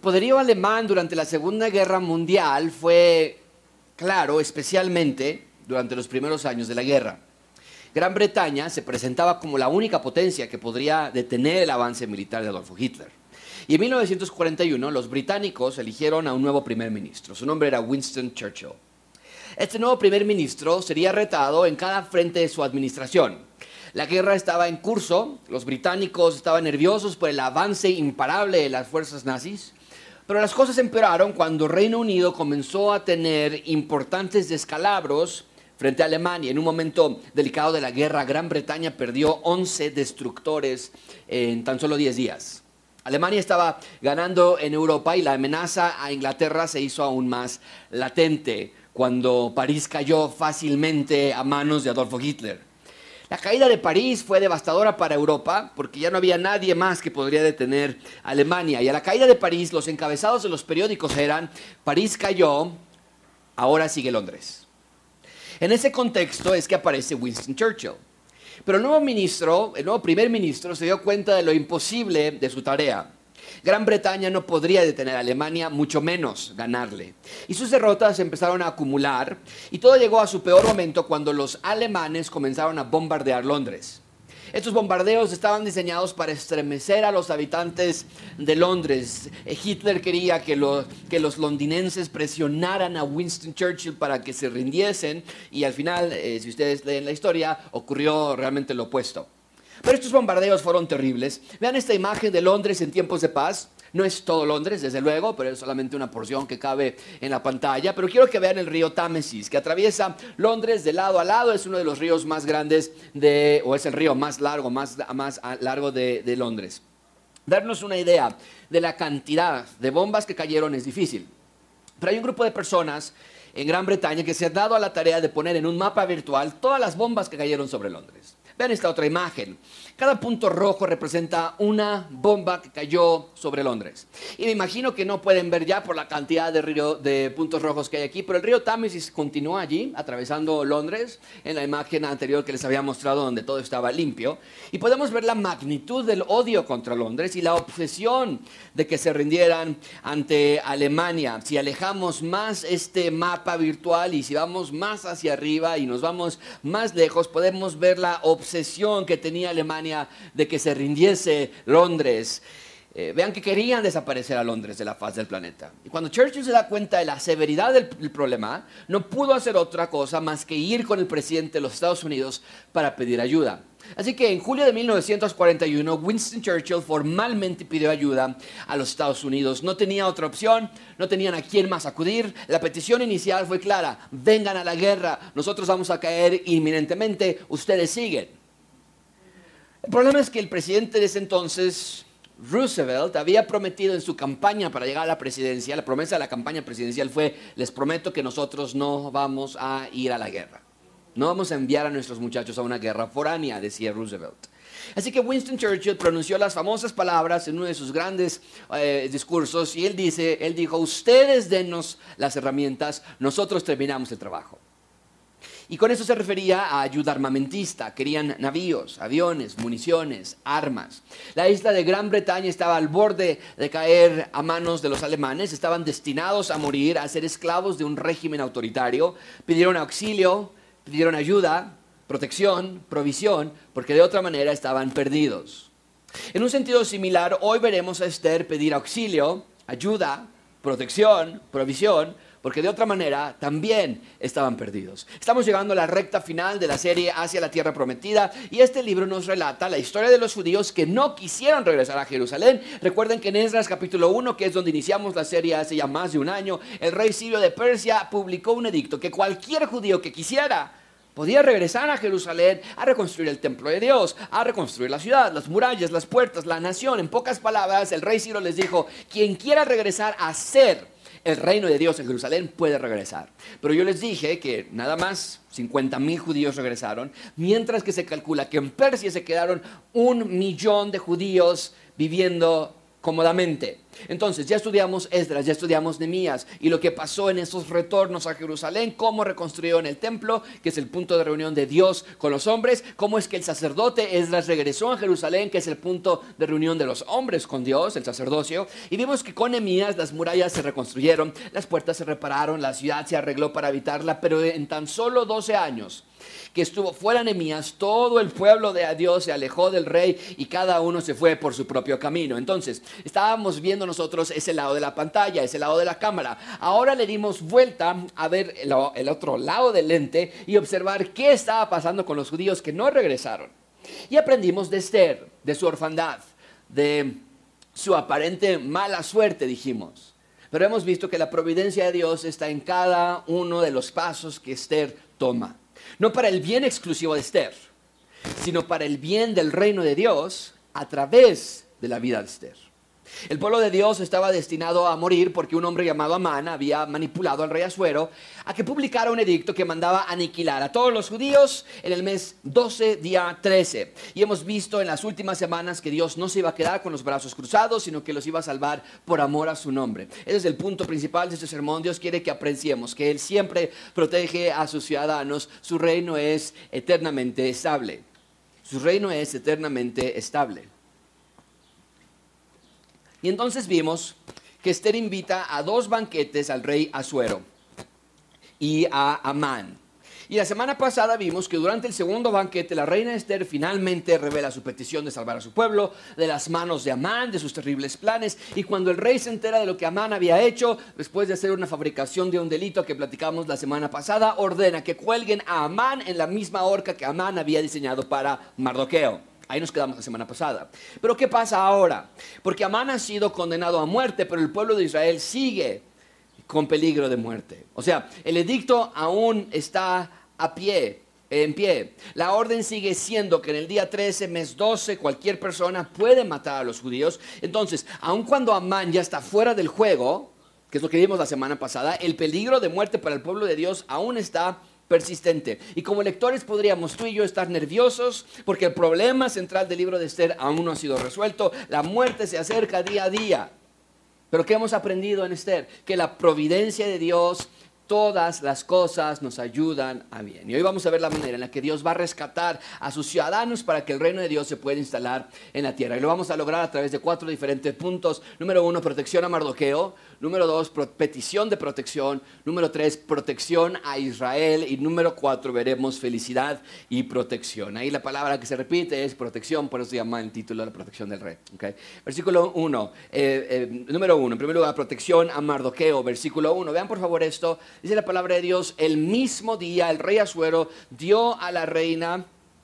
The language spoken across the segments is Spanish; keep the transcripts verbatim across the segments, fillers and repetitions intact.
poderío alemán durante la Segunda Guerra Mundial fue claro, especialmente durante los primeros años de la guerra. Gran Bretaña se presentaba como la única potencia que podría detener el avance militar de Adolfo Hitler. Y en mil novecientos cuarenta y uno los británicos eligieron a un nuevo primer ministro. Su nombre era Winston Churchill. Este nuevo primer ministro sería retado en cada frente de su administración. La guerra estaba en curso, los británicos estaban nerviosos por el avance imparable de las fuerzas nazis, pero las cosas empeoraron cuando Reino Unido comenzó a tener importantes descalabros frente a Alemania. En un momento delicado de la guerra, Gran Bretaña perdió once destructores en tan solo diez días. Alemania estaba ganando en Europa y la amenaza a Inglaterra se hizo aún más latente cuando París cayó fácilmente a manos de Adolfo Hitler. La caída de París fue devastadora para Europa porque ya no había nadie más que podría detener a Alemania. Y a la caída de París, los encabezados de los periódicos eran: París cayó, ahora sigue Londres. En ese contexto es que aparece Winston Churchill. Pero el nuevo ministro, el nuevo primer ministro, se dio cuenta de lo imposible de su tarea. Gran Bretaña no podría detener a Alemania, mucho menos ganarle. Y sus derrotas empezaron a acumular y todo llegó a su peor momento cuando los alemanes comenzaron a bombardear Londres. Estos bombardeos estaban diseñados para estremecer a los habitantes de Londres. Hitler quería que los, que los londinenses presionaran a Winston Churchill para que se rindiesen y al final, eh, si ustedes leen la historia, ocurrió realmente lo opuesto. Pero estos bombardeos fueron terribles. Vean esta imagen de Londres en tiempos de paz. No es todo Londres, desde luego, pero es solamente una porción que cabe en la pantalla. Pero quiero que vean el río Támesis, que atraviesa Londres de lado a lado. Es uno de los ríos más grandes, de, o es el río más largo, más, más largo de, de Londres. Darnos una idea de la cantidad de bombas que cayeron es difícil. Pero hay un grupo de personas en Gran Bretaña que se han dado a la tarea de poner en un mapa virtual todas las bombas que cayeron sobre Londres. Vean esta otra imagen. Cada punto rojo representa una bomba que cayó sobre Londres. Y me imagino que no pueden ver ya por la cantidad de, río, de puntos rojos que hay aquí, pero el río Támesis continúa allí, atravesando Londres, en la imagen anterior que les había mostrado donde todo estaba limpio. Y podemos ver la magnitud del odio contra Londres y la obsesión de que se rindieran ante Alemania. Si alejamos más este mapa virtual y si vamos más hacia arriba y nos vamos más lejos, podemos ver la obsesión obsesión que tenía Alemania de que se rindiese Londres. Eh, vean que querían desaparecer a Londres de la faz del planeta. Y cuando Churchill se da cuenta de la severidad del, del problema, no pudo hacer otra cosa más que ir con el presidente de los Estados Unidos para pedir ayuda. Así que en julio de mil novecientos cuarenta y uno, Winston Churchill formalmente pidió ayuda a los Estados Unidos. No tenía otra opción, no tenían a quién más acudir. La petición inicial fue clara: vengan a la guerra, nosotros vamos a caer inminentemente, ustedes siguen. El problema es que el presidente de ese entonces, Roosevelt, había prometido en su campaña para llegar a la presidencia, la promesa de la campaña presidencial fue: les prometo que nosotros no vamos a ir a la guerra. No vamos a enviar a nuestros muchachos a una guerra foránea, decía Roosevelt. Así que Winston Churchill pronunció las famosas palabras en uno de sus grandes eh, discursos y él, dice, él dijo: ustedes dennos las herramientas, nosotros terminamos el trabajo. Y con eso se refería a ayuda armamentista. Querían navíos, aviones, municiones, armas. La isla de Gran Bretaña estaba al borde de caer a manos de los alemanes. Estaban destinados a morir, a ser esclavos de un régimen autoritario. Pidieron auxilio, pidieron ayuda, protección, provisión, porque de otra manera estaban perdidos. En un sentido similar, hoy veremos a Esther pedir auxilio, ayuda, protección, provisión, porque de otra manera también estaban perdidos. Estamos llegando a la recta final de la serie Hacia la Tierra Prometida y este libro nos relata la historia de los judíos que no quisieron regresar a Jerusalén. Recuerden que en Esdras capítulo uno, que es donde iniciamos la serie hace ya más de un año, el rey sirio de Persia publicó un edicto que cualquier judío que quisiera podía regresar a Jerusalén a reconstruir el templo de Dios, a reconstruir la ciudad, las murallas, las puertas, la nación. En pocas palabras, el rey Ciro les dijo: quien quiera regresar a ser el reino de Dios en Jerusalén puede regresar. Pero yo les dije que nada más cincuenta mil judíos regresaron, mientras que se calcula que en Persia se quedaron un millón de judíos viviendo cómodamente. Entonces, ya estudiamos Esdras, ya estudiamos Nehemías y lo que pasó en esos retornos a Jerusalén, cómo reconstruyeron el templo, que es el punto de reunión de Dios con los hombres, cómo es que el sacerdote Esdras regresó a Jerusalén, que es el punto de reunión de los hombres con Dios, el sacerdocio, y vimos que con Nehemías las murallas se reconstruyeron, las puertas se repararon, la ciudad se arregló para habitarla, pero en tan solo doce años que estuvo fuera Nehemías, todo el pueblo de Dios se alejó del rey y cada uno se fue por su propio camino. Entonces, estábamos viendo nosotros ese lado de la pantalla, ese lado de la cámara. Ahora le dimos vuelta a ver el, el otro lado del lente y observar qué estaba pasando con los judíos que no regresaron. Y aprendimos de Esther, de su orfandad, de su aparente mala suerte, dijimos. Pero hemos visto que la providencia de Dios está en cada uno de los pasos que Esther toma. No para el bien exclusivo de Esther, sino para el bien del reino de Dios a través de la vida de Esther. El pueblo de Dios estaba destinado a morir porque un hombre llamado Amán había manipulado al rey Asuero a que publicara un edicto que mandaba aniquilar a todos los judíos en el mes doce, día trece. Y hemos visto en las últimas semanas que Dios no se iba a quedar con los brazos cruzados, sino que los iba a salvar por amor a su nombre. Ese es el punto principal de este sermón. Dios quiere que apreciemos que Él siempre protege a sus ciudadanos. Su reino es eternamente estable. Su reino es eternamente estable. Y entonces vimos que Esther invita a dos banquetes al rey Asuero y a Amán. Y la semana pasada vimos que durante el segundo banquete la reina Esther finalmente revela su petición de salvar a su pueblo de las manos de Amán, de sus terribles planes. Y cuando el rey se entera de lo que Amán había hecho, después de hacer una fabricación de un delito que platicamos la semana pasada, ordena que cuelguen a Amán en la misma horca que Amán había diseñado para Mardoqueo. Ahí nos quedamos la semana pasada. Pero ¿qué pasa ahora? Porque Amán ha sido condenado a muerte, pero el pueblo de Israel sigue con peligro de muerte. O sea, el edicto aún está a pie, en pie. La orden sigue siendo que en el día trece, mes doce, cualquier persona puede matar a los judíos. Entonces, aun cuando Amán ya está fuera del juego, que es lo que vimos la semana pasada, el peligro de muerte para el pueblo de Dios aún está persistente. Y como lectores podríamos tú y yo estar nerviosos porque el problema central del libro de Esther aún no ha sido resuelto. La muerte se acerca día a día. Pero ¿qué hemos aprendido en Esther? Que la providencia de Dios, todas las cosas nos ayudan a bien. Y hoy vamos a ver la manera en la que Dios va a rescatar a sus ciudadanos para que el reino de Dios se pueda instalar en la tierra. Y lo vamos a lograr a través de cuatro diferentes puntos. Número uno, protección a Mardoqueo. Número dos, petición de protección. Número tres, protección a Israel. Y número cuatro, veremos felicidad y protección. Ahí la palabra que se repite es protección, por eso se llama el título la protección del rey. ¿Okay? Versículo uno, eh, eh, número uno, en primer lugar, protección a Mardoqueo. Versículo uno, vean por favor esto. Dice la palabra de Dios, el mismo día el rey Asuero dio a la reina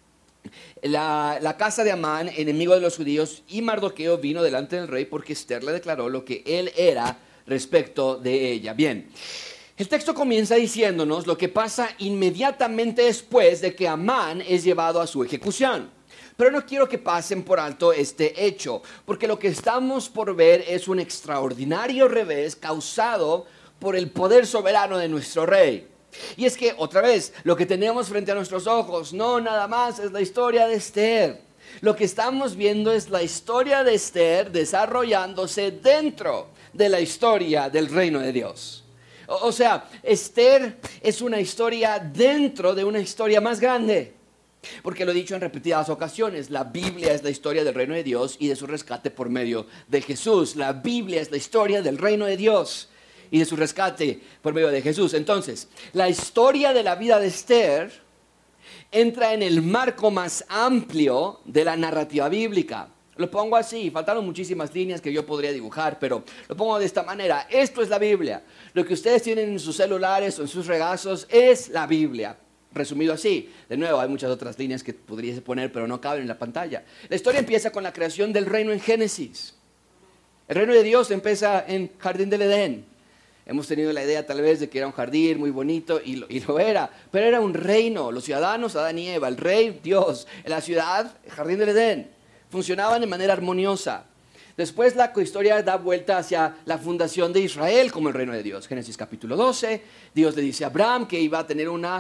La, la casa de Amán, enemigo de los judíos, y Mardoqueo vino delante del rey porque Esther le declaró lo que él era respecto de ella. Bien, el texto comienza diciéndonos lo que pasa inmediatamente después de que Amán es llevado a su ejecución. Pero no quiero que pasen por alto este hecho, porque lo que estamos por ver es un extraordinario revés causado por el poder soberano de nuestro rey. Y es que, otra vez, lo que tenemos frente a nuestros ojos no nada más es la historia de Esther. Lo que estamos viendo es la historia de Esther desarrollándose dentro de la historia del reino de Dios. O, o sea, Esther es una historia dentro de una historia más grande. Porque lo he dicho en repetidas ocasiones, la Biblia es la historia del reino de Dios y de su rescate por medio de Jesús. La Biblia es la historia del reino de Dios y de su rescate por medio de Jesús. Entonces, la historia de la vida de Esther entra en el marco más amplio de la narrativa bíblica. Lo pongo así, faltaron muchísimas líneas que yo podría dibujar, pero lo pongo de esta manera. Esto es la Biblia. Lo que ustedes tienen en sus celulares o en sus regazos es la Biblia. Resumido así, de nuevo hay muchas otras líneas que podrías poner, pero no caben en la pantalla. La historia empieza con la creación del reino en Génesis. El reino de Dios empieza en Jardín del Edén. Hemos tenido la idea tal vez de que era un jardín muy bonito y lo, y lo era, pero era un reino. Los ciudadanos, Adán y Eva, el rey, Dios, en la ciudad, el Jardín del Edén, funcionaban de manera armoniosa. Después la historia da vuelta hacia la fundación de Israel como el reino de Dios. Génesis capítulo doce, Dios le dice a Abraham que iba a tener una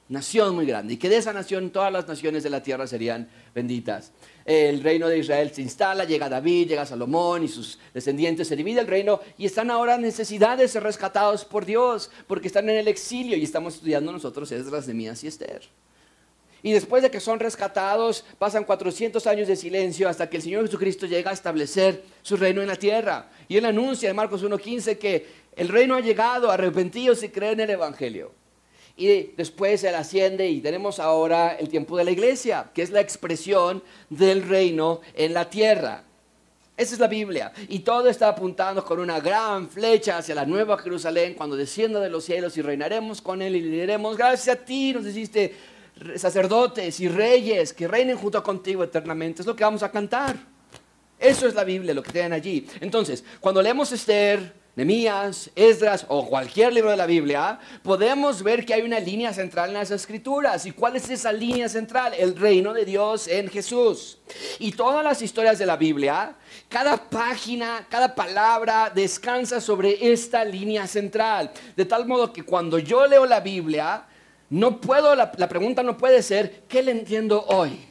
nación muy grande, y que de esa nación todas las naciones de la tierra serían benditas. El reino de Israel se instala, llega David, llega Salomón y sus descendientes, se divide el reino y están ahora en necesidad de ser rescatados por Dios, porque están en el exilio y estamos estudiando nosotros Esdras, Nehemías y Esther. Y después de que son rescatados, pasan cuatrocientos años de silencio hasta que el Señor Jesucristo llega a establecer su reino en la tierra. Y Él anuncia en Marcos uno quince que el reino ha llegado, arrepentidos y creen en el Evangelio. Y después Él asciende y tenemos ahora el tiempo de la iglesia, que es la expresión del reino en la tierra. Esa es la Biblia. Y todo está apuntando con una gran flecha hacia la nueva Jerusalén, cuando descienda de los cielos y reinaremos con Él y le diremos: gracias a ti nos hiciste sacerdotes y reyes que reinen junto contigo eternamente. Es lo que vamos a cantar. Eso es la Biblia, lo que tienen allí. Entonces, cuando leemos Esther, Nehemías, Esdras o cualquier libro de la Biblia, podemos ver que hay una línea central en las Escrituras. ¿Y cuál es esa línea central? El reino de Dios en Jesús. Y todas las historias de la Biblia, cada página, cada palabra descansa sobre esta línea central. De tal modo que cuando yo leo la Biblia, no puedo, la, la pregunta no puede ser: ¿qué le entiendo hoy?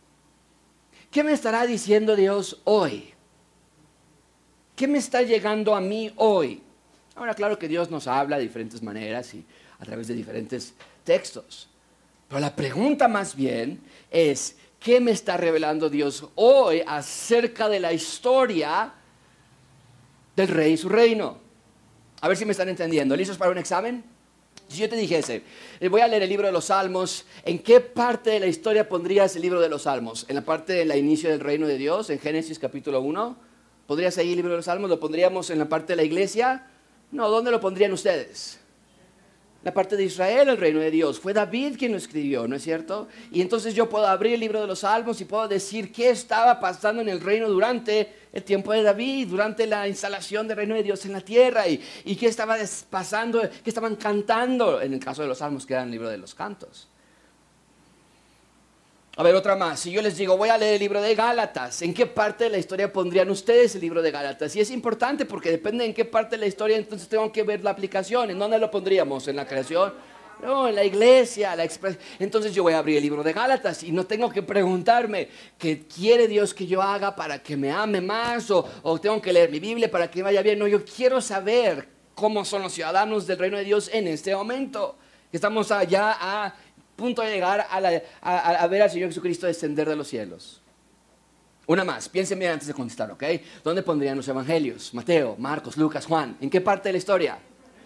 ¿Qué me estará diciendo Dios hoy? ¿Qué me está llegando a mí hoy? Ahora, claro que Dios nos habla de diferentes maneras y a través de diferentes textos. Pero la pregunta más bien es: ¿qué me está revelando Dios hoy acerca de la historia del rey y su reino? A ver si me están entendiendo. ¿Listos para un examen? Si yo te dijese, voy a leer el libro de los Salmos, ¿en qué parte de la historia pondrías el libro de los Salmos? ¿En la parte del inicio del reino de Dios, en Génesis capítulo uno? ¿Pondrías ahí el libro de los Salmos? ¿Lo pondríamos en la parte de la iglesia? No, ¿dónde lo pondrían ustedes? La parte de Israel, el reino de Dios. Fue David quien lo escribió, ¿no es cierto? Y entonces yo puedo abrir el libro de los Salmos y puedo decir qué estaba pasando en el reino durante el tiempo de David, durante la instalación del reino de Dios en la tierra, y, y qué estaba pasando, qué estaban cantando, en el caso de los Salmos, que era el libro de los cantos. A ver, otra más. Si yo les digo, voy a leer el libro de Gálatas, ¿en qué parte de la historia pondrían ustedes el libro de Gálatas? Y es importante porque depende en qué parte de la historia, entonces tengo que ver la aplicación. ¿En dónde lo pondríamos? ¿En la creación? No, en la iglesia. La expres... Entonces yo voy a abrir el libro de Gálatas y no tengo que preguntarme qué quiere Dios que yo haga para que me ame más, o, o tengo que leer mi Biblia para que me vaya bien. No, yo quiero saber cómo son los ciudadanos del reino de Dios en este momento. Estamos allá a punto de llegar a, la, a, a ver al Señor Jesucristo descender de los cielos. Una más, piensen bien antes de contestar, ¿ok? ¿Dónde pondrían los evangelios? Mateo, Marcos, Lucas, Juan. ¿En qué parte de la historia?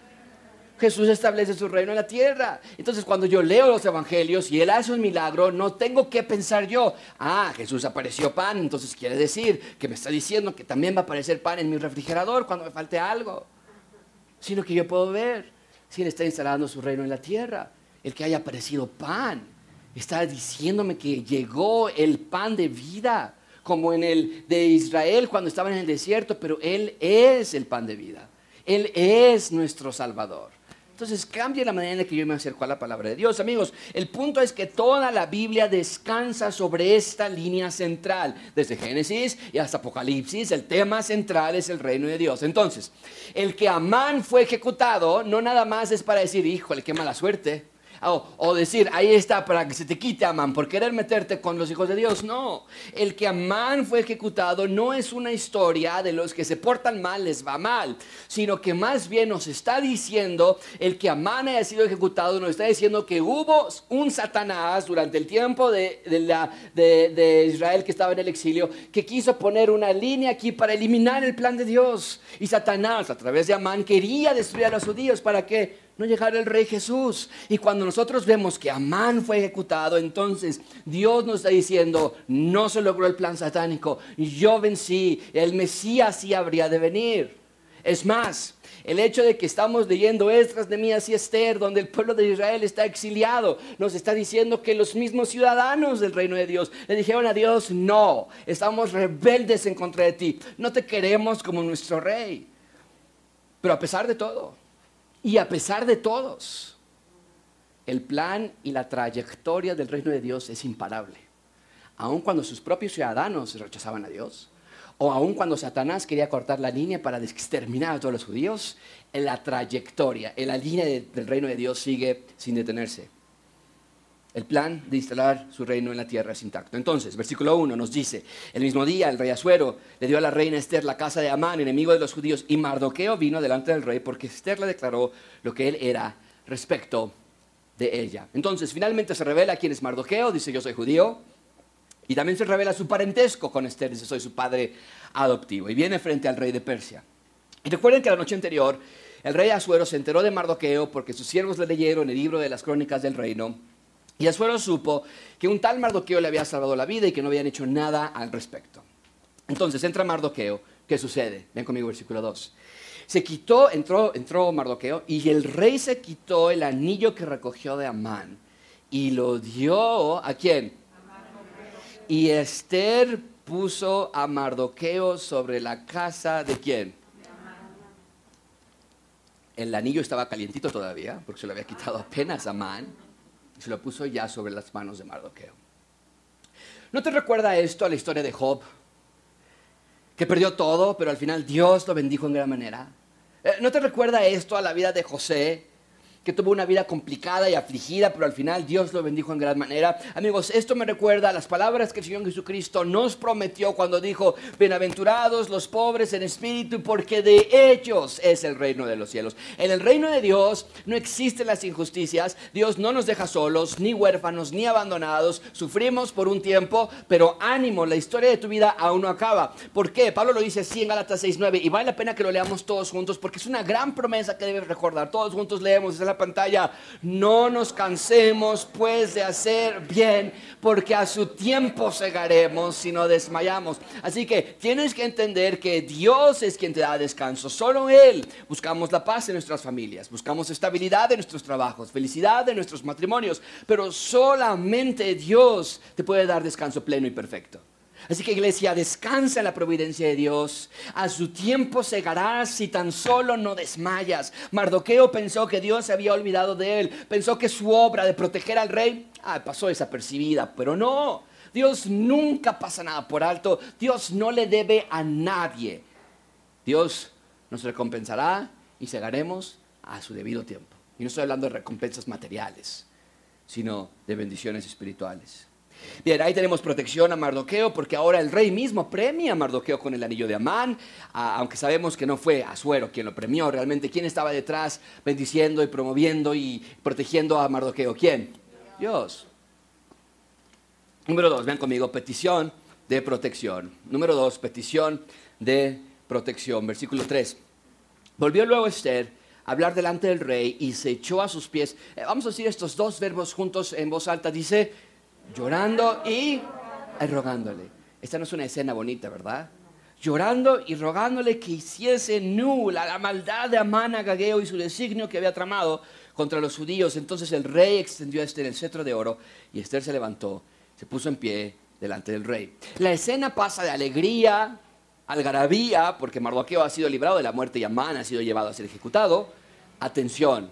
Jesús establece su reino en la tierra. Entonces, cuando yo leo los evangelios y Él hace un milagro, no tengo que pensar yo: ah, Jesús apareció pan, entonces quiere decir que me está diciendo que también va a aparecer pan en mi refrigerador cuando me falte algo. Sino que yo puedo ver si Él está instalando su reino en la tierra. El que haya aparecido pan está diciéndome que llegó el pan de vida, como en el de Israel cuando estaban en el desierto, pero Él es el pan de vida. Él es nuestro Salvador. Entonces cambia la manera en la que yo me acerco a la palabra de Dios. Amigos, el punto es que toda la Biblia descansa sobre esta línea central. Desde Génesis y hasta Apocalipsis, el tema central es el reino de Dios. Entonces, el que Amán fue ejecutado no nada más es para decir: híjole, qué mala suerte. O, o decir, ahí está para que se te quite, Amán, por querer meterte con los hijos de Dios. No, el que Amán fue ejecutado no es una historia de los que se portan mal les va mal, sino que más bien nos está diciendo, el que Amán haya sido ejecutado, nos está diciendo que hubo un Satanás durante el tiempo de, de, la, de, de Israel que estaba en el exilio, que quiso poner una línea aquí para eliminar el plan de Dios. Y Satanás, a través de Amán, quería destruir a los judíos. ¿Para qué? No llegara el rey Jesús. Y cuando nosotros vemos que Amán fue ejecutado, entonces Dios nos está diciendo: no se logró el plan satánico, yo vencí, el Mesías sí habría de venir. Es más, el hecho de que estamos leyendo Esdras, Nehemías y Esther, donde el pueblo de Israel está exiliado, nos está diciendo que los mismos ciudadanos del reino de Dios le dijeron a Dios: no, estamos rebeldes en contra de ti, no te queremos como nuestro rey. Pero a pesar de todo, y a pesar de todos, el plan y la trayectoria del reino de Dios es imparable. Aun cuando sus propios ciudadanos rechazaban a Dios, o aun cuando Satanás quería cortar la línea para exterminar a todos los judíos, en la trayectoria, en la línea de, del reino de Dios sigue sin detenerse. El plan de instalar su reino en la tierra es intacto. Entonces, versículo uno nos dice, el mismo día el rey Asuero le dio a la reina Esther la casa de Amán, enemigo de los judíos, y Mardoqueo vino delante del rey porque Esther le declaró lo que él era respecto de ella. Entonces, finalmente se revela quién es Mardoqueo, dice yo soy judío, y también se revela su parentesco con Esther, dice soy su padre adoptivo, y viene frente al rey de Persia. Y recuerden que la noche anterior el rey Asuero se enteró de Mardoqueo porque sus siervos le leyeron el libro de las crónicas del reino. Y Asuero supo que un tal Mardoqueo le había salvado la vida y que no habían hecho nada al respecto. Entonces entra Mardoqueo. ¿Qué sucede? Ven conmigo, versículo dos. Se quitó, entró, entró Mardoqueo y el rey se quitó el anillo que recogió de Amán y lo dio ¿a quién? A y Esther puso a Mardoqueo sobre la casa ¿de quién? De Amán. El anillo estaba calientito todavía porque se lo había quitado apenas a Amán. Se lo puso ya sobre las manos de Mardoqueo. ¿No te recuerda esto a la historia de Job? Que perdió todo, pero al final Dios lo bendijo en gran manera. ¿No te recuerda esto a la vida de José? Que tuvo una vida complicada y afligida, pero al final Dios lo bendijo en gran manera. Amigos, esto me recuerda a las palabras que el Señor Jesucristo nos prometió cuando dijo, bienaventurados los pobres en espíritu, porque de ellos es el reino de los cielos. En el reino de Dios no existen las injusticias. Dios no nos deja solos, ni huérfanos, ni abandonados. Sufrimos por un tiempo, pero ánimo, la historia de tu vida aún no acaba. ¿Por qué? Pablo lo dice así en Gálatas seis nueve, y vale la pena que lo leamos todos juntos, porque es una gran promesa que debes recordar. Todos juntos leemos, es la pantalla. No nos cansemos pues de hacer bien, porque a su tiempo segaremos si no desmayamos. Así que tienes que entender que Dios es quien te da descanso, solo Él. Buscamos la paz en nuestras familias, buscamos estabilidad en nuestros trabajos, felicidad en nuestros matrimonios, pero solamente Dios te puede dar descanso pleno y perfecto. Así que, iglesia, descansa en la providencia de Dios. A su tiempo segarás si tan solo no desmayas. Mardoqueo pensó que Dios se había olvidado de él. Pensó que su obra de proteger al rey ah, pasó desapercibida, pero no. Dios nunca pasa nada por alto. Dios no le debe a nadie. Dios nos recompensará y segaremos a su debido tiempo. Y no estoy hablando de recompensas materiales, sino de bendiciones espirituales. Bien, ahí tenemos protección a Mardoqueo, porque ahora el rey mismo premia a Mardoqueo con el anillo de Amán, ah, aunque sabemos que no fue Asuero quien lo premió realmente. ¿Quién estaba detrás bendiciendo y promoviendo y protegiendo a Mardoqueo? ¿Quién? Dios. Número dos, vean conmigo, petición de protección. Número dos, petición de protección. Versículo tres. Volvió luego Esther a hablar delante del rey y se echó a sus pies. Eh, vamos a decir estos dos verbos juntos en voz alta. Dice, llorando y rogándole. Esta no es una escena bonita, ¿verdad? Llorando y rogándole que hiciese nula la maldad de Amán agageo y su designio que había tramado contra los judíos. Entonces el rey extendió a Esther el cetro de oro y Esther se levantó, se puso en pie delante del rey. La escena pasa de alegría, algarabía, porque Mardoqueo ha sido librado de la muerte y Amán ha sido llevado a ser ejecutado. Atención,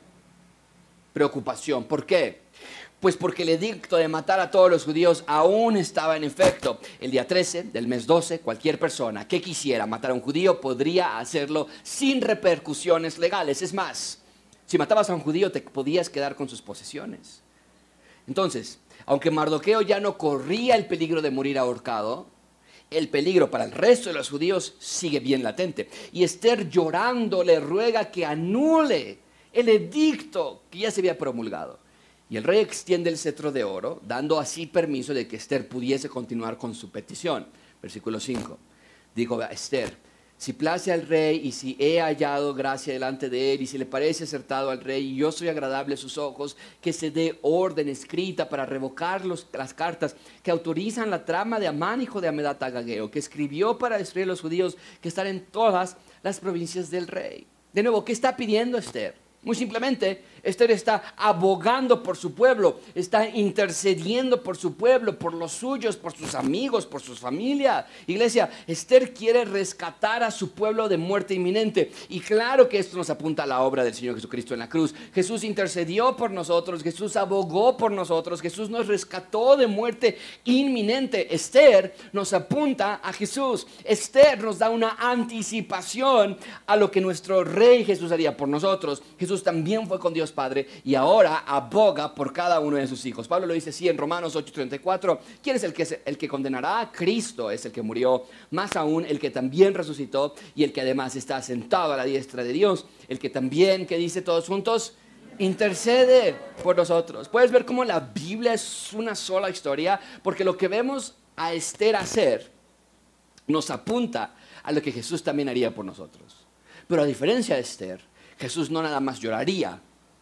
preocupación. ¿Por qué? Pues porque el edicto de matar a todos los judíos aún estaba en efecto. El día trece del mes doce, cualquier persona que quisiera matar a un judío podría hacerlo sin repercusiones legales. Es más, si matabas a un judío te podías quedar con sus posesiones. Entonces, aunque Mardoqueo ya no corría el peligro de morir ahorcado, el peligro para el resto de los judíos sigue bien latente. Y Esther, llorando, le ruega que anule el edicto que ya se había promulgado. Y el rey extiende el cetro de oro, dando así permiso de que Esther pudiese continuar con su petición. Versículo cinco. Dijo a Esther, si place al rey y si he hallado gracia delante de él y si le parece acertado al rey y yo soy agradable a sus ojos, que se dé orden escrita para revocar los, las cartas que autorizan la trama de Amán, hijo de Hamedata agageo, que escribió para destruir a los judíos que están en todas las provincias del rey. De nuevo, ¿qué está pidiendo Esther? Muy simplemente, Esther está abogando por su pueblo, está intercediendo por su pueblo, por los suyos, por sus amigos, por su familia. Iglesia, Esther quiere rescatar a su pueblo de muerte inminente. Y claro que esto nos apunta a la obra del Señor Jesucristo en la cruz. Jesús intercedió por nosotros, Jesús abogó por nosotros, Jesús nos rescató de muerte inminente. Esther nos apunta a Jesús. Esther nos da una anticipación a lo que nuestro Rey Jesús haría por nosotros. Jesús Jesús también fue con Dios Padre y ahora aboga por cada uno de sus hijos. Pablo lo dice así en Romanos ocho treinta y cuatro. ¿Quién es el que, el que condenará? Cristo es el que murió, más aún el que también resucitó y el que además está sentado a la diestra de Dios. El que también, ¿qué dice todos juntos? Intercede por nosotros. Puedes ver cómo la Biblia es una sola historia, porque lo que vemos a Esther hacer nos apunta a lo que Jesús también haría por nosotros. Pero a diferencia de Esther, Jesús no nada más lloraría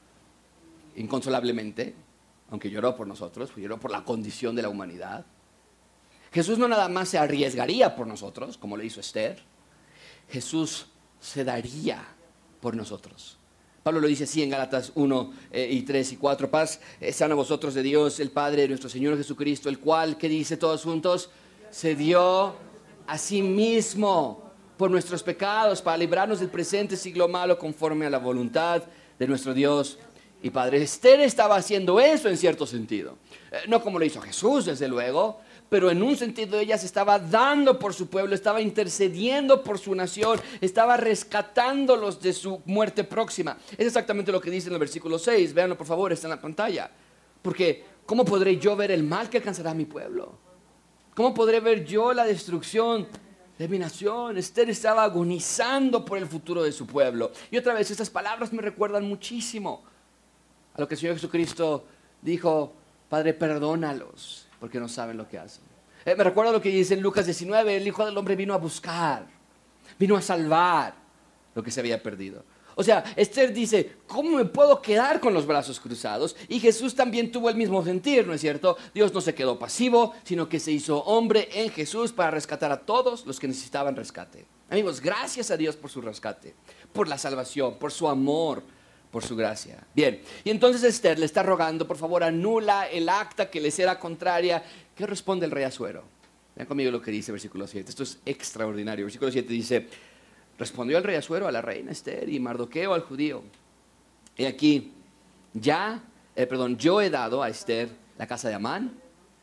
inconsolablemente, aunque lloró por nosotros, lloró por la condición de la humanidad. Jesús no nada más se arriesgaría por nosotros, como le hizo Esther. Jesús se daría por nosotros. Pablo lo dice así en Gálatas uno eh, y tres y cuatro. Paz eh, sean a vosotros de Dios, el Padre de nuestro Señor Jesucristo, el cual, ¿qué dice todos juntos? Se dio a sí mismo por nuestros pecados para librarnos del presente siglo malo conforme a la voluntad de nuestro Dios y Padre. Esther estaba haciendo eso en cierto sentido. Eh, no como lo hizo Jesús, desde luego, pero en un sentido ella se estaba dando por su pueblo, estaba intercediendo por su nación, estaba rescatándolos de su muerte próxima. Es exactamente lo que dice en el versículo seis, véanlo por favor, está en la pantalla. Porque ¿cómo podré yo ver el mal que alcanzará a mi pueblo? ¿Cómo podré ver yo la destrucción de mi nación? Esther estaba agonizando por el futuro de su pueblo. Y otra vez, estas palabras me recuerdan muchísimo a lo que el Señor Jesucristo dijo: Padre, perdónalos, porque no saben lo que hacen. Eh, me recuerda lo que dice en Lucas diecinueve, el Hijo del Hombre vino a buscar, vino a salvar lo que se había perdido. O sea, Esther dice, ¿cómo me puedo quedar con los brazos cruzados? Y Jesús también tuvo el mismo sentir, ¿no es cierto? Dios no se quedó pasivo, sino que se hizo hombre en Jesús para rescatar a todos los que necesitaban rescate. Amigos, gracias a Dios por su rescate, por la salvación, por su amor, por su gracia. Bien, y entonces Esther le está rogando, por favor, anula el acta que les era contraria. ¿Qué responde el rey Asuero? Vean conmigo lo que dice versículo siete. Esto es extraordinario. Versículo siete dice: respondió el rey Asuero a la reina Esther y Mardoqueo al judío: he aquí, ya, eh, perdón, yo he dado a Esther la casa de Amán,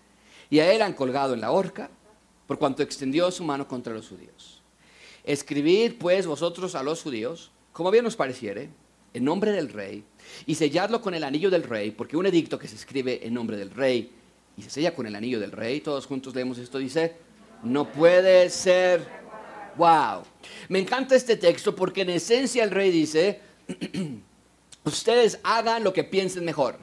y a él han colgado en la horca, por cuanto extendió su mano contra los judíos. Escribid pues vosotros a los judíos, como bien os pareciere, en nombre del rey, y selladlo con el anillo del rey, porque un edicto que se escribe en nombre del rey y se sella con el anillo del rey, todos juntos leemos esto, dice, no puede ser. Wow, me encanta este texto porque en esencia el rey dice, ustedes hagan lo que piensen mejor,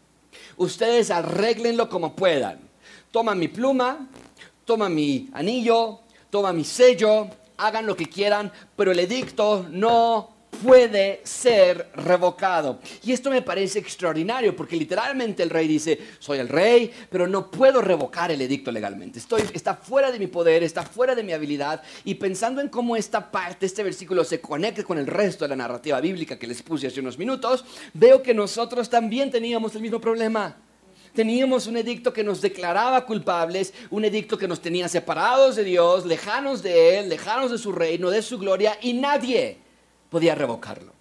ustedes arréglenlo como puedan, toma mi pluma, toma mi anillo, toma mi sello, hagan lo que quieran, pero el edicto no puede ser revocado. Y esto me parece extraordinario porque literalmente el rey dice, soy el rey, pero no puedo revocar el edicto legalmente. Estoy, está fuera de mi poder, está fuera de mi habilidad. Y pensando en cómo esta parte, este versículo se conecta con el resto de la narrativa bíblica que les puse hace unos minutos, veo que nosotros también teníamos el mismo problema. Teníamos un edicto que nos declaraba culpables, un edicto que nos tenía separados de Dios, lejanos de Él, lejanos de su reino, de su gloria, y nadie podía revocarlo,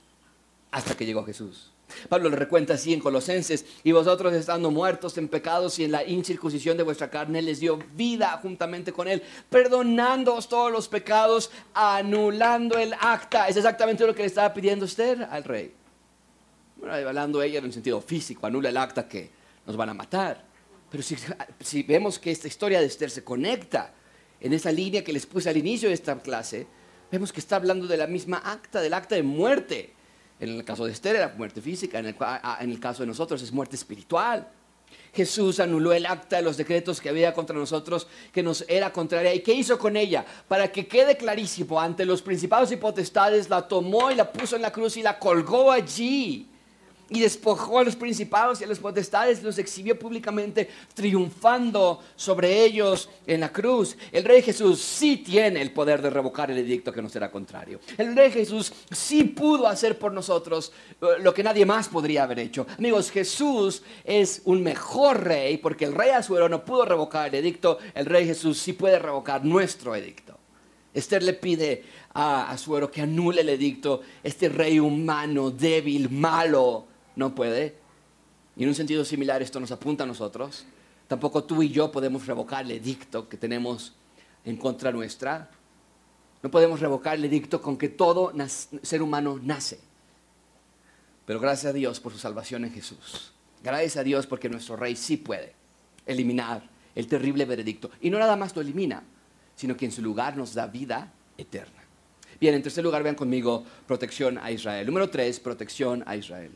hasta que llegó Jesús. Pablo lo recuenta así en Colosenses, y vosotros estando muertos en pecados y en la incircuncisión de vuestra carne, les dio vida juntamente con Él, perdonándoos todos los pecados, anulando el acta. Es exactamente lo que le estaba pidiendo Esther al rey. Bueno, hablando ella en un sentido físico, anula el acta que nos van a matar. Pero si, si vemos que esta historia de Esther se conecta en esa línea que les puse al inicio de esta clase, vemos que está hablando de la misma acta, del acta de muerte. En el caso de Esther era muerte física, en el, en el caso de nosotros es muerte espiritual. Jesús anuló el acta de los decretos que había contra nosotros, que nos era contraria. ¿Y qué hizo con ella? Para que quede clarísimo, ante los principados y potestades, la tomó y la puso en la cruz y la colgó allí. Y despojó a los principados y a las potestades, los exhibió públicamente, triunfando sobre ellos en la cruz. El Rey Jesús sí tiene el poder de revocar el edicto que nos era contrario. El Rey Jesús sí pudo hacer por nosotros lo que nadie más podría haber hecho. Amigos, Jesús es un mejor rey porque el rey Asuero no pudo revocar el edicto. El Rey Jesús sí puede revocar nuestro edicto. Esther le pide a Asuero que anule el edicto. Este rey humano, débil, malo, no puede. Y en un sentido similar esto nos apunta a nosotros. Tampoco tú y yo podemos revocar el edicto que tenemos en contra nuestra. No podemos revocar el edicto con que todo ser humano nace. Pero gracias a Dios por su salvación en Jesús. Gracias a Dios porque nuestro rey sí puede eliminar el terrible veredicto. Y no nada más lo elimina, sino que en su lugar nos da vida eterna. Bien, en tercer lugar, vean conmigo protección a Israel. Número tres, protección a Israel.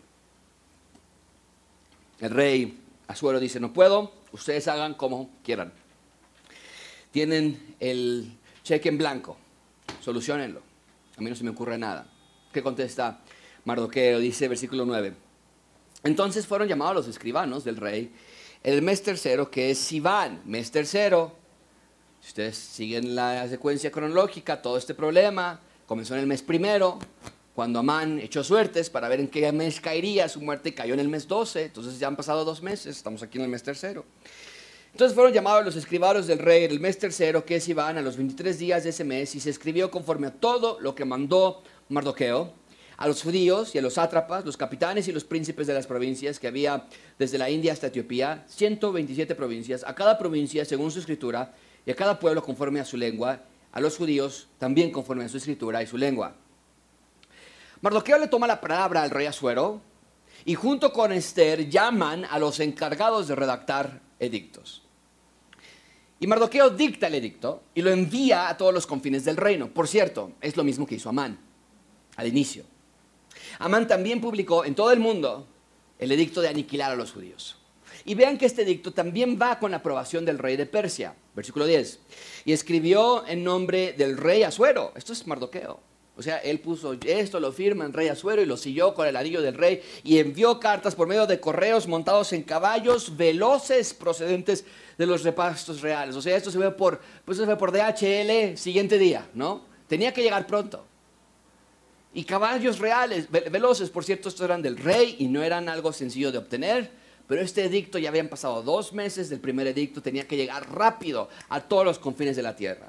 El rey Asuero dice, no puedo, ustedes hagan como quieran. Tienen el cheque en blanco, solucionenlo. A mí no se me ocurre nada. ¿Qué contesta Mardoqueo? Dice versículo nueve. Entonces fueron llamados los escribanos del rey el mes tercero, que es Sivan, mes tercero. Si ustedes siguen la secuencia cronológica, todo este problema comenzó en el mes primero, cuando Amán echó suertes para ver en qué mes caería. Su muerte cayó en el mes doce, entonces ya han pasado dos meses, estamos aquí en el mes tercero. Entonces fueron llamados los escribanos del rey en el mes tercero, que es Sivan, a los veintitrés días de ese mes, y se escribió conforme a todo lo que mandó Mardoqueo a los judíos y a los sátrapas, los capitanes y los príncipes de las provincias que había desde la India hasta Etiopía, ciento veintisiete provincias, a cada provincia según su escritura, y a cada pueblo conforme a su lengua, a los judíos también conforme a su escritura y su lengua. Mardoqueo le toma la palabra al rey Asuero y junto con Esther llaman a los encargados de redactar edictos. Y Mardoqueo dicta el edicto y lo envía a todos los confines del reino. Por cierto, es lo mismo que hizo Amán al inicio. Amán también publicó en todo el mundo el edicto de aniquilar a los judíos. Y vean que este edicto también va con la aprobación del rey de Persia. Versículo diez. Y escribió en nombre del rey Asuero. Esto es Mardoqueo. O sea, él puso esto, lo firma en rey Asuero y lo siguió con el anillo del rey. Y envió cartas por medio de correos montados en caballos veloces procedentes de los repastos reales. O sea, esto se ve por, pues se ve por D H L siguiente día, ¿no? Tenía que llegar pronto. Y caballos reales, ve- veloces, por cierto, estos eran del rey y no eran algo sencillo de obtener. Pero este edicto, ya habían pasado dos meses del primer edicto, tenía que llegar rápido a todos los confines de la tierra.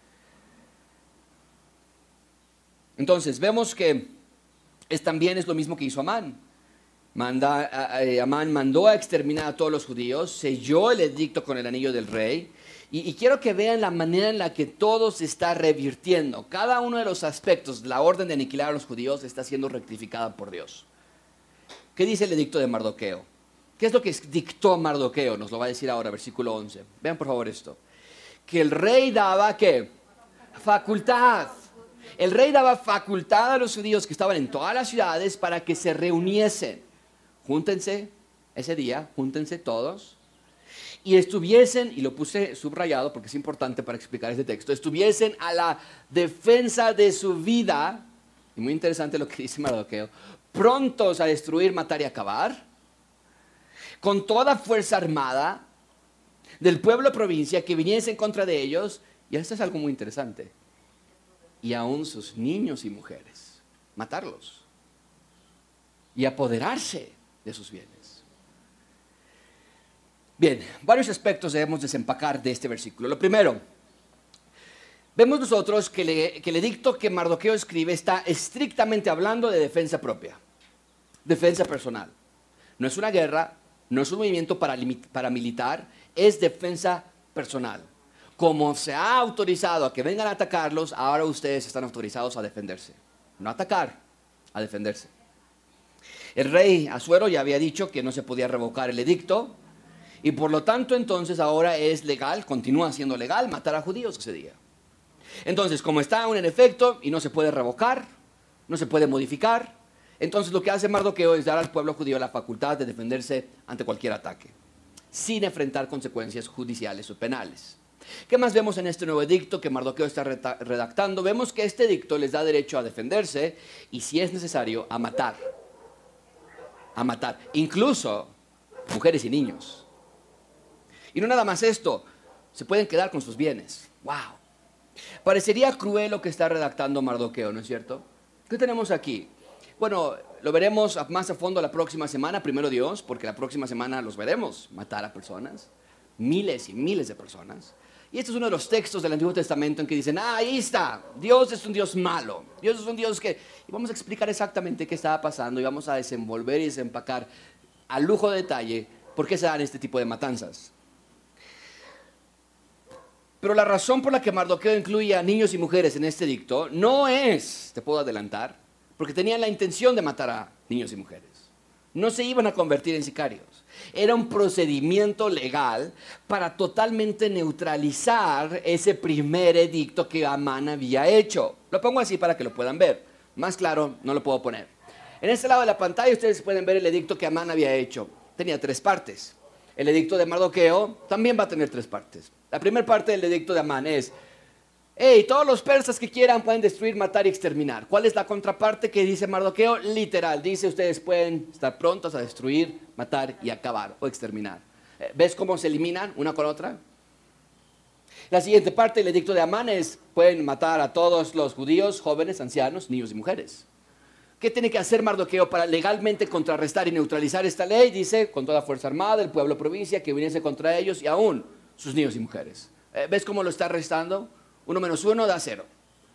Entonces, vemos que es, también es lo mismo que hizo Amán. Manda, a, a, Amán mandó a exterminar a todos los judíos, selló el edicto con el anillo del rey. Y, y quiero que vean la manera en la que todo se está revirtiendo. Cada uno de los aspectos de la orden de aniquilar a los judíos está siendo rectificada por Dios. ¿Qué dice el edicto de Mardoqueo? ¿Qué es lo que dictó Mardoqueo? Nos lo va a decir ahora, versículo once. Vean por favor esto. Que el rey daba, ¿qué? Facultad. El rey daba facultad a los judíos que estaban en todas las ciudades para que se reuniesen. Júntense ese día, júntense todos. Y estuviesen, y lo puse subrayado porque es importante para explicar este texto, estuviesen a la defensa de su vida. Y muy interesante lo que dice Mardoqueo. Prontos a destruir, matar y acabar. Con toda fuerza armada del pueblo provincia que viniese en contra de ellos. Y esto es algo muy interesante. Y aún sus niños y mujeres. Matarlos. Y apoderarse de sus bienes. Bien, varios aspectos debemos desempacar de este versículo. Lo primero, vemos nosotros que, le, que el edicto que Mardoqueo escribe está estrictamente hablando de defensa propia. Defensa personal. No es una guerra. No es un movimiento paramilitar, es defensa personal. Como se ha autorizado a que vengan a atacarlos, ahora ustedes están autorizados a defenderse. No atacar, a defenderse. El rey Asuero ya había dicho que no se podía revocar el edicto, y por lo tanto entonces ahora es legal, continúa siendo legal matar a judíos ese día. Entonces, como está aún en efecto y no se puede revocar, no se puede modificar, entonces lo que hace Mardoqueo es dar al pueblo judío la facultad de defenderse ante cualquier ataque, sin enfrentar consecuencias judiciales o penales. ¿Qué más vemos en este nuevo edicto que Mardoqueo está redactando? Vemos que este edicto les da derecho a defenderse y, si es necesario, a matar. A matar, incluso mujeres y niños. Y no nada más esto, se pueden quedar con sus bienes. ¡Wow! Parecería cruel lo que está redactando Mardoqueo, ¿no es cierto? ¿Qué tenemos aquí? Bueno, lo veremos más a fondo la próxima semana, primero Dios, porque la próxima semana los veremos matar a personas, miles y miles de personas. Y este es uno de los textos del Antiguo Testamento en que dicen, ah, ahí está, Dios es un Dios malo, Dios es un Dios que... Y vamos a explicar exactamente qué estaba pasando y vamos a desenvolver y desempacar a lujo de detalle por qué se dan este tipo de matanzas. Pero la razón por la que Mardoqueo incluye a niños y mujeres en este edicto no es, te puedo adelantar, porque tenían la intención de matar a niños y mujeres. No se iban a convertir en sicarios. Era un procedimiento legal para totalmente neutralizar ese primer edicto que Amán había hecho. Lo pongo así para que lo puedan ver. Más claro, no lo puedo poner. En este lado de la pantalla ustedes pueden ver el edicto que Amán había hecho. Tenía tres partes. El edicto de Mardoqueo también va a tener tres partes. La primera parte del edicto de Amán es: hey, todos los persas que quieran pueden destruir, matar y exterminar. ¿Cuál es la contraparte que dice Mardoqueo? Literal, dice: ustedes pueden estar prontos a destruir, matar y acabar o exterminar. ¿Ves cómo se eliminan una con otra? La siguiente parte del edicto de Amán es: pueden matar a todos los judíos, jóvenes, ancianos, niños y mujeres. ¿Qué tiene que hacer Mardoqueo para legalmente contrarrestar y neutralizar esta ley? Dice: con toda fuerza armada, el pueblo provincia que viniese contra ellos y aún sus niños y mujeres. ¿Ves cómo lo está arrestando? Uno menos uno da cero.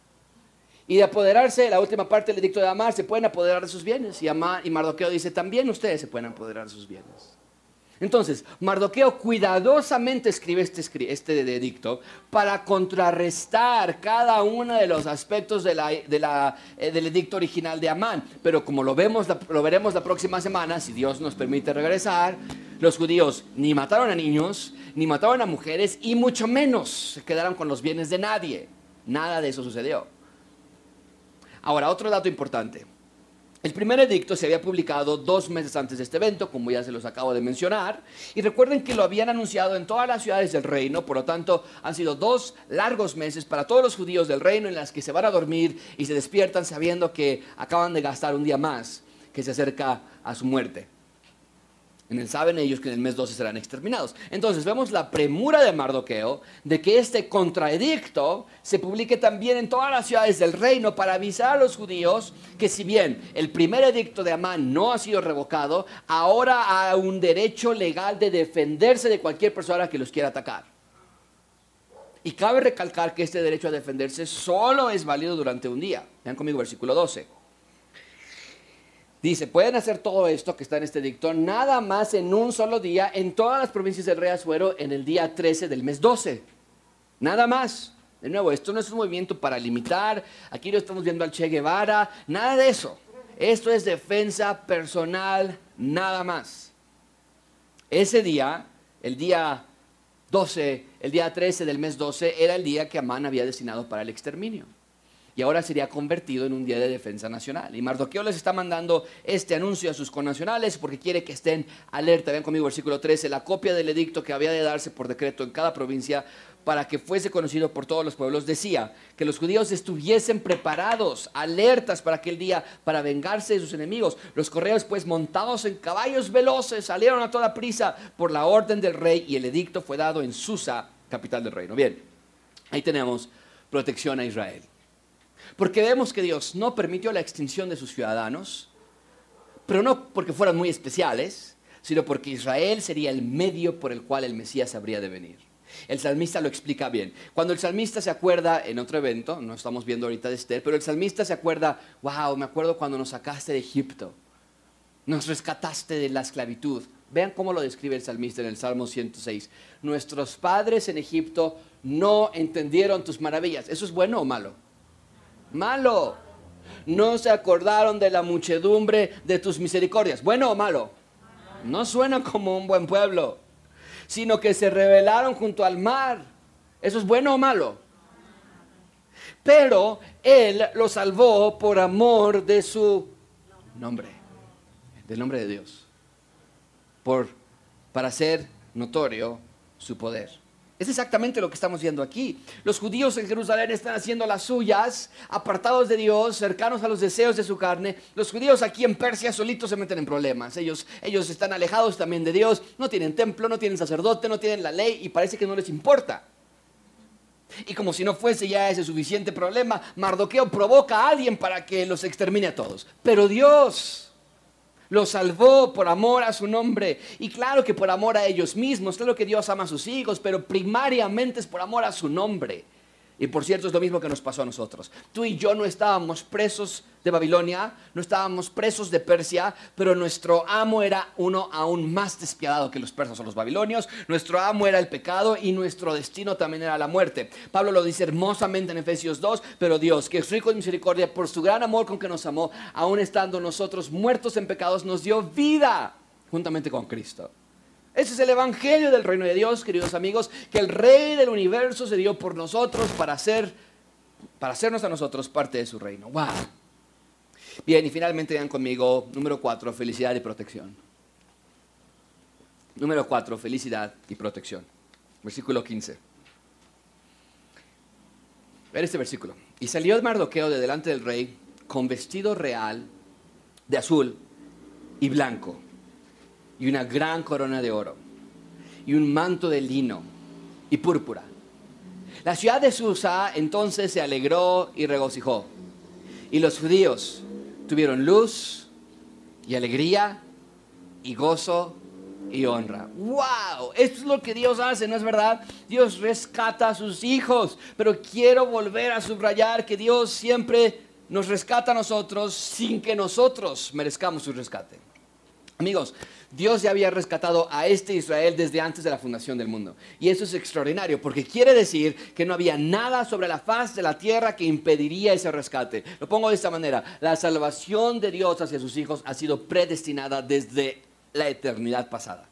Y de apoderarse, la última parte del edicto de Amán, se pueden apoderar de sus bienes. Y, Amán, y Mardoqueo dice: también ustedes se pueden apoderar de sus bienes. Entonces, Mardoqueo cuidadosamente escribe este, este edicto para contrarrestar cada uno de los aspectos de la, de la, eh, del edicto original de Amán. Pero como lo, vemos, lo veremos la próxima semana, si Dios nos permite regresar, los judíos ni mataron a niños, ni mataron a mujeres, y mucho menos se quedaron con los bienes de nadie. Nada de eso sucedió. Ahora, otro dato importante. El primer edicto se había publicado dos meses antes de este evento, como ya se los acabo de mencionar, y recuerden que lo habían anunciado en todas las ciudades del reino. Por lo tanto, han sido dos largos meses para todos los judíos del reino en las que se van a dormir y se despiertan sabiendo que acaban de gastar un día más que se acerca a su muerte. En el saben ellos que en el mes doce serán exterminados. Entonces vemos la premura de Mardoqueo de que este contraedicto se publique también en todas las ciudades del reino para avisar a los judíos que si bien el primer edicto de Amán no ha sido revocado, ahora hay un derecho legal de defenderse de cualquier persona que los quiera atacar. Y cabe recalcar que este derecho a defenderse solo es válido durante un día. Vean conmigo versículo doce. Dice: pueden hacer todo esto que está en este edicto nada más en un solo día en todas las provincias del rey Asuero en el día trece del mes doce. Nada más. De nuevo, esto no es un movimiento para limitar. Aquí no estamos viendo al Che Guevara. Nada de eso. Esto es defensa personal, nada más. Ese día, el día doce, el día trece del mes doce, era el día que Amán había destinado para el exterminio. Y ahora sería convertido en un día de defensa nacional. Y Mardoqueo les está mandando este anuncio a sus connacionales porque quiere que estén alerta. Vean conmigo versículo trece, la copia del edicto que había de darse por decreto en cada provincia para que fuese conocido por todos los pueblos, decía que los judíos estuviesen preparados, alertas para aquel día, para vengarse de sus enemigos. Los correos, pues, montados en caballos veloces, salieron a toda prisa por la orden del rey, y el edicto fue dado en Susa, capital del reino. Bien, ahí tenemos protección a Israel. Porque vemos que Dios no permitió la extinción de sus ciudadanos, pero no porque fueran muy especiales, sino porque Israel sería el medio por el cual el Mesías habría de venir. El salmista lo explica bien. Cuando el salmista se acuerda en otro evento, no estamos viendo ahorita de Esther, pero el salmista se acuerda: wow, me acuerdo cuando nos sacaste de Egipto, nos rescataste de la esclavitud. Vean cómo lo describe el salmista en el Salmo ciento seis. Nuestros padres en Egipto no entendieron tus maravillas. ¿Eso es bueno o malo? Malo. No se acordaron de la muchedumbre de tus misericordias. ¿Bueno o malo? No suena como un buen pueblo, sino que se rebelaron junto al mar. ¿Eso es bueno o malo? Pero Él los salvó por amor de su nombre, del nombre de Dios, por, para hacer notorio su poder. Es exactamente lo que estamos viendo aquí. Los judíos en Jerusalén están haciendo las suyas, apartados de Dios, cercanos a los deseos de su carne. Los judíos aquí en Persia solitos se meten en problemas. Ellos, ellos están alejados también de Dios, no tienen templo, no tienen sacerdote, no tienen la ley, y parece que no les importa. Y como si no fuese ya ese suficiente problema, Mardoqueo provoca a alguien para que los extermine a todos. Pero Dios los salvó por amor a su nombre, y claro que por amor a ellos mismos. Claro que Dios ama a sus hijos, pero primariamente es por amor a su nombre. Y por cierto, es lo mismo que nos pasó a nosotros. Tú y yo no estábamos presos de Babilonia, no estábamos presos de Persia, pero nuestro amo era uno aún más despiadado que los persas o los babilonios. Nuestro amo era el pecado y nuestro destino también era la muerte. Pablo lo dice hermosamente en Efesios dos, pero Dios, que es rico en misericordia, por su gran amor con que nos amó, aún estando nosotros muertos en pecados, nos dio vida juntamente con Cristo. Ese es el evangelio del reino de Dios, queridos amigos, que el Rey del universo se dio por nosotros para hacer, para hacernos a nosotros parte de su reino. ¡Wow! Bien, y finalmente vean conmigo, número cuatro, felicidad y protección. Número cuatro, felicidad y protección. Versículo quince. Ver este versículo. Y salió Mardoqueo de delante del rey con vestido real de azul y blanco, y una gran corona de oro, y un manto de lino y púrpura. La ciudad de Susa entonces se alegró y regocijó, y los judíos tuvieron luz y alegría y gozo y honra. ¡Wow! Esto es lo que Dios hace, ¿no es verdad? Dios rescata a sus hijos, pero quiero volver a subrayar que Dios siempre nos rescata a nosotros sin que nosotros merezcamos su rescate. Amigos, Dios ya había rescatado a este Israel desde antes de la fundación del mundo. Y eso es extraordinario porque quiere decir que no había nada sobre la faz de la tierra que impediría ese rescate. Lo pongo de esta manera: la salvación de Dios hacia sus hijos ha sido predestinada desde la eternidad pasada.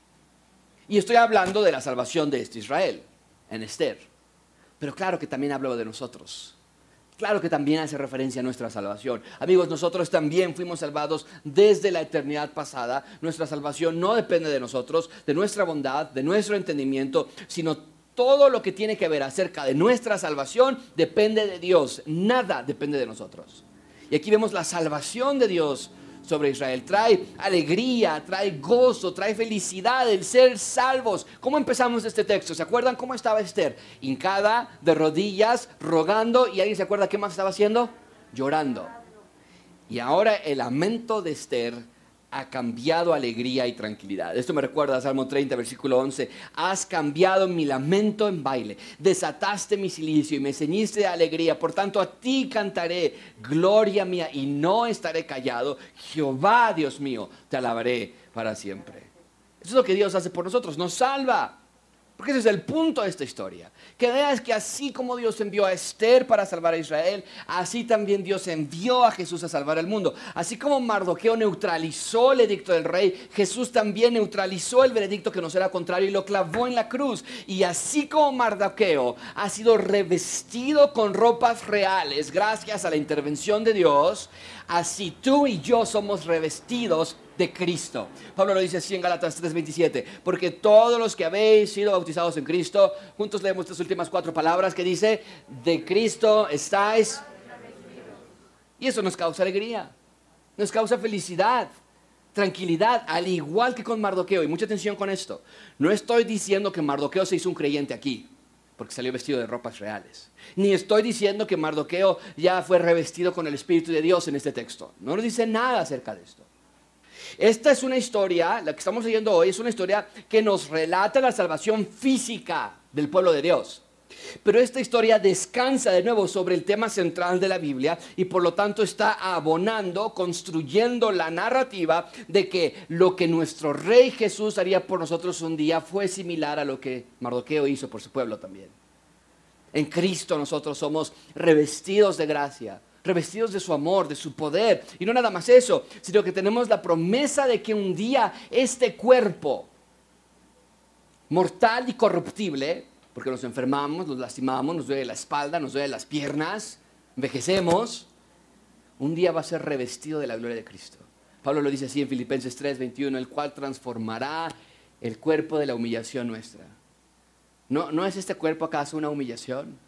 Y estoy hablando de la salvación de este Israel, en Esther. Pero claro que también hablo de nosotros. Claro que también hace referencia a nuestra salvación. Amigos, nosotros también fuimos salvados desde la eternidad pasada. Nuestra salvación no depende de nosotros, de nuestra bondad, de nuestro entendimiento, sino todo lo que tiene que ver acerca de nuestra salvación depende de Dios. Nada depende de nosotros. Y aquí vemos la salvación de Dios sobre Israel. Trae alegría, trae gozo, trae felicidad el ser salvos. ¿Cómo empezamos este texto? ¿Se acuerdan cómo estaba Esther? Hincada, de rodillas, rogando. ¿Y alguien se acuerda qué más estaba haciendo? Llorando. Y ahora el lamento de Esther ha cambiado alegría y tranquilidad. Esto me recuerda a Salmo treinta, versículo once. Has cambiado mi lamento en baile, desataste mi cilicio y me ceñiste de alegría. Por tanto, a ti cantaré, gloria mía, y no estaré callado. Jehová, Dios mío, te alabaré para siempre. Eso es lo que Dios hace por nosotros, nos salva. Porque ese es el punto de esta historia. Que veas que así como Dios envió a Esther para salvar a Israel, así también Dios envió a Jesús a salvar al mundo. Así como Mardoqueo neutralizó el edicto del rey, Jesús también neutralizó el veredicto que nos era contrario y lo clavó en la cruz. Y así como Mardoqueo ha sido revestido con ropas reales gracias a la intervención de Dios, así tú y yo somos revestidos de Cristo. Pablo lo dice así en Gálatas tres veintisiete, porque todos los que habéis sido bautizados en Cristo, juntos leemos estas últimas cuatro palabras que dice, de Cristo estáis. Y eso nos causa alegría, nos causa felicidad, tranquilidad, al igual que con Mardoqueo. Y mucha atención con esto, no estoy diciendo que Mardoqueo se hizo un creyente aquí, porque salió vestido de ropas reales. Ni estoy diciendo que Mardoqueo ya fue revestido con el Espíritu de Dios en este texto. No nos dice nada acerca de esto. Esta es una historia, la que estamos leyendo hoy, es una historia que nos relata la salvación física del pueblo de Dios. Pero esta historia descansa de nuevo sobre el tema central de la Biblia y por lo tanto está abonando, construyendo la narrativa de que lo que nuestro Rey Jesús haría por nosotros un día fue similar a lo que Mardoqueo hizo por su pueblo también. En Cristo nosotros somos revestidos de gracia, revestidos de su amor, de su poder. Y no nada más eso, sino que tenemos la promesa de que un día este cuerpo mortal y corruptible, porque nos enfermamos, nos lastimamos, nos duele la espalda, nos duele las piernas, envejecemos, un día va a ser revestido de la gloria de Cristo. Pablo lo dice así en Filipenses tres veintiuno, el cual transformará el cuerpo de la humillación nuestra. ¿No, ¿No es este cuerpo acaso una humillación?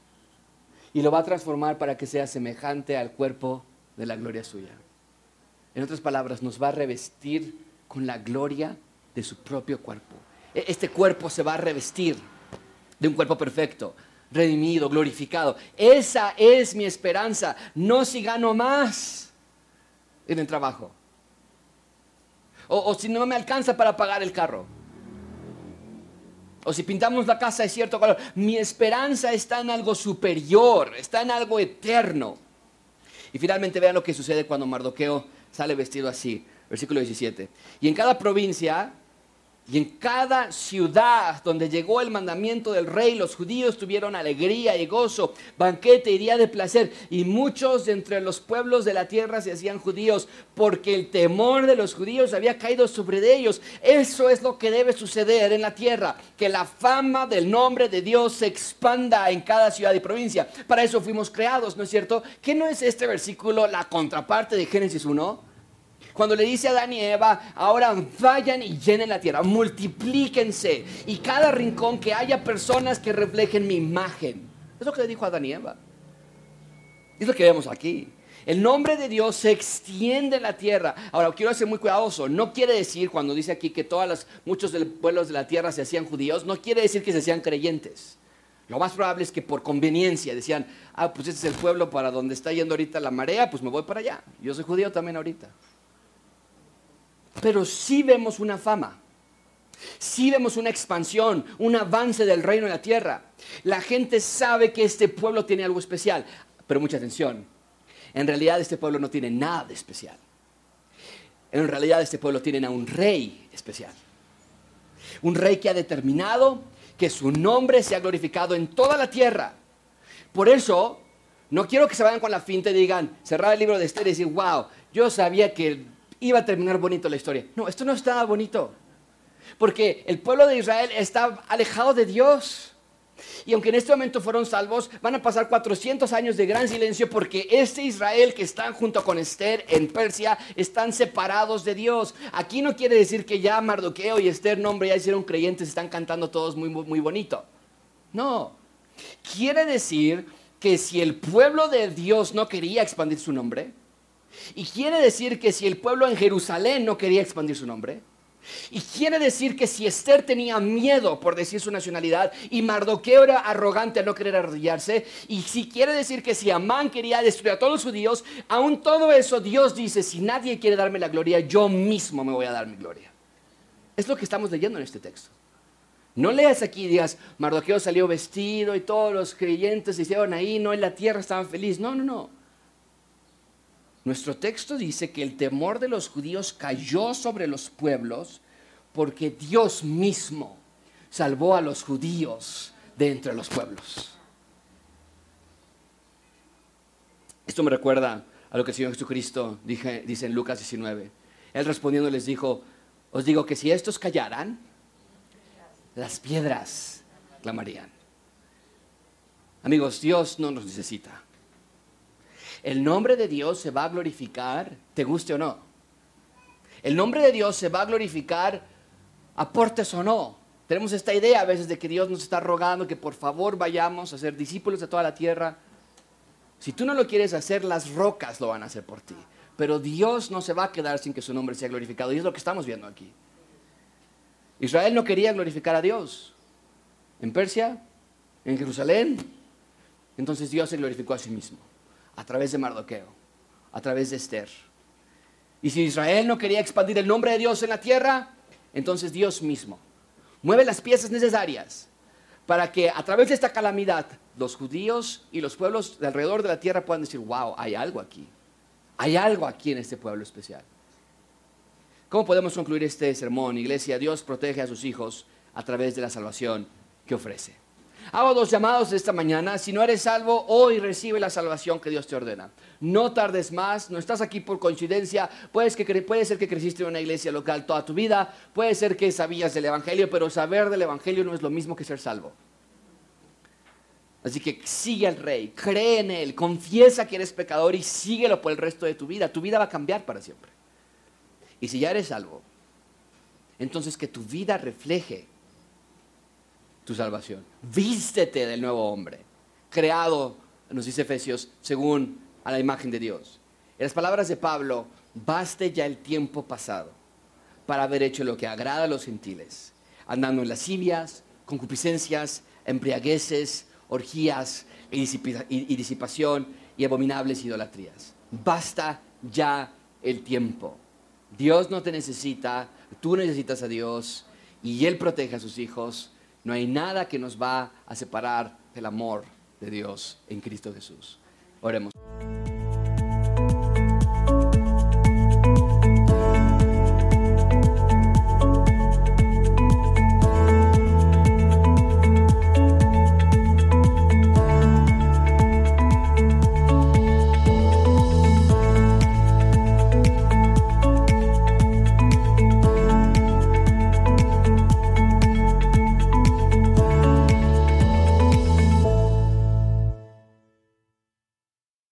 Y lo va a transformar para que sea semejante al cuerpo de la gloria suya. En otras palabras, nos va a revestir con la gloria de su propio cuerpo. Este cuerpo se va a revestir de un cuerpo perfecto, redimido, glorificado. Esa es mi esperanza. No si gano más en el trabajo. O, o si no me alcanza para pagar el carro. O si pintamos la casa de cierto color. Mi esperanza está en algo superior, está en algo eterno. Y finalmente vean lo que sucede cuando Mardoqueo sale vestido así. Versículo diecisiete. Y en cada provincia y en cada ciudad donde llegó el mandamiento del rey, los judíos tuvieron alegría y gozo, banquete y día de placer. Y muchos de entre los pueblos de la tierra se hacían judíos, porque el temor de los judíos había caído sobre de ellos. Eso es lo que debe suceder en la tierra, que la fama del nombre de Dios se expanda en cada ciudad y provincia. Para eso fuimos creados, ¿no es cierto? ¿Qué no es este versículo la contraparte de Génesis uno? Cuando le dice a Adán y Eva, ahora vayan y llenen la tierra, multiplíquense, y cada rincón que haya personas que reflejen mi imagen. Es lo que le dijo a Adán y Eva. Es lo que vemos aquí. El nombre de Dios se extiende en la tierra. Ahora, quiero ser muy cuidadoso. No quiere decir, cuando dice aquí que todas las, muchos de los pueblos de la tierra se hacían judíos, no quiere decir que se hacían creyentes. Lo más probable es que por conveniencia decían, ah, pues este es el pueblo para donde está yendo ahorita la marea, pues me voy para allá. Yo soy judío también ahorita. Pero sí vemos una fama, sí vemos una expansión, un avance del reino en la tierra. La gente sabe que este pueblo tiene algo especial, pero mucha atención. En realidad este pueblo no tiene nada de especial. En realidad este pueblo tiene a un rey especial. Un rey que ha determinado que su nombre sea glorificado en toda la tierra. Por eso, no quiero que se vayan con la finta y digan, cerrar el libro de Esther y decir, wow, yo sabía que iba a terminar bonito la historia. No, esto no está bonito. Porque el pueblo de Israel está alejado de Dios. Y aunque en este momento fueron salvos, van a pasar cuatrocientos años de gran silencio, porque este Israel que están junto con Esther en Persia están separados de Dios. Aquí no quiere decir que ya Mardoqueo y Esther, no, hombre, ya hicieron creyentes, están cantando todos muy, muy, muy bonito. No. Quiere decir que si el pueblo de Dios no quería expandir su nombre, y quiere decir que si el pueblo en Jerusalén no quería expandir su nombre, y quiere decir que si Esther tenía miedo por decir su nacionalidad y Mardoqueo era arrogante a no querer arrodillarse, y si quiere decir que si Amán quería destruir a todos los judíos, aún todo eso Dios dice, si nadie quiere darme la gloria, yo mismo me voy a dar mi gloria. Es lo que estamos leyendo en este texto. No leas aquí y digas, Mardoqueo salió vestido y todos los creyentes se hicieron ahí, no, en la tierra estaban felices. No, no, no. Nuestro texto dice que el temor de los judíos cayó sobre los pueblos porque Dios mismo salvó a los judíos de entre los pueblos. Esto me recuerda a lo que el Señor Jesucristo dije, dice en Lucas diecinueve. Él respondiendo les dijo, os digo que si estos callaran, las piedras clamarían. Amigos, Dios no nos necesita. El nombre de Dios se va a glorificar, te guste o no. El nombre de Dios se va a glorificar, aportes o no. Tenemos esta idea a veces de que Dios nos está rogando que por favor vayamos a ser discípulos de toda la tierra. Si tú no lo quieres hacer, las rocas lo van a hacer por ti. Pero Dios no se va a quedar sin que su nombre sea glorificado. Y es lo que estamos viendo aquí. Israel no quería glorificar a Dios. En Persia, en Jerusalén. Entonces Dios se glorificó a sí mismo. A través de Mardoqueo, a través de Esther. Y si Israel no quería expandir el nombre de Dios en la tierra, entonces Dios mismo mueve las piezas necesarias para que a través de esta calamidad los judíos y los pueblos de alrededor de la tierra puedan decir, wow, hay algo aquí. Hay algo aquí en este pueblo especial. ¿Cómo podemos concluir este sermón, iglesia? Dios protege a sus hijos a través de la salvación que ofrece. Hago dos llamados esta mañana. Si no eres salvo, hoy recibe la salvación que Dios te ordena. No tardes más, no estás aquí por coincidencia. Puedes que, puede ser que creciste en una iglesia local toda tu vida, puede ser que sabías del evangelio, pero saber del evangelio no es lo mismo que ser salvo. Así que sigue al Rey, cree en Él, confiesa que eres pecador y síguelo por el resto de tu vida. Tu vida va a cambiar para siempre. Y si ya eres salvo, entonces que tu vida refleje tu salvación. Vístete del nuevo hombre, creado, nos dice Efesios, según a la imagen de Dios. En las palabras de Pablo, baste ya el tiempo pasado para haber hecho lo que agrada a los gentiles, andando en lascivias, concupiscencias, embriagueces, orgías y disipación y abominables idolatrías. Basta ya el tiempo. Dios no te necesita, tú necesitas a Dios y Él protege a sus hijos. No hay nada que nos va a separar del amor de Dios en Cristo Jesús. Oremos.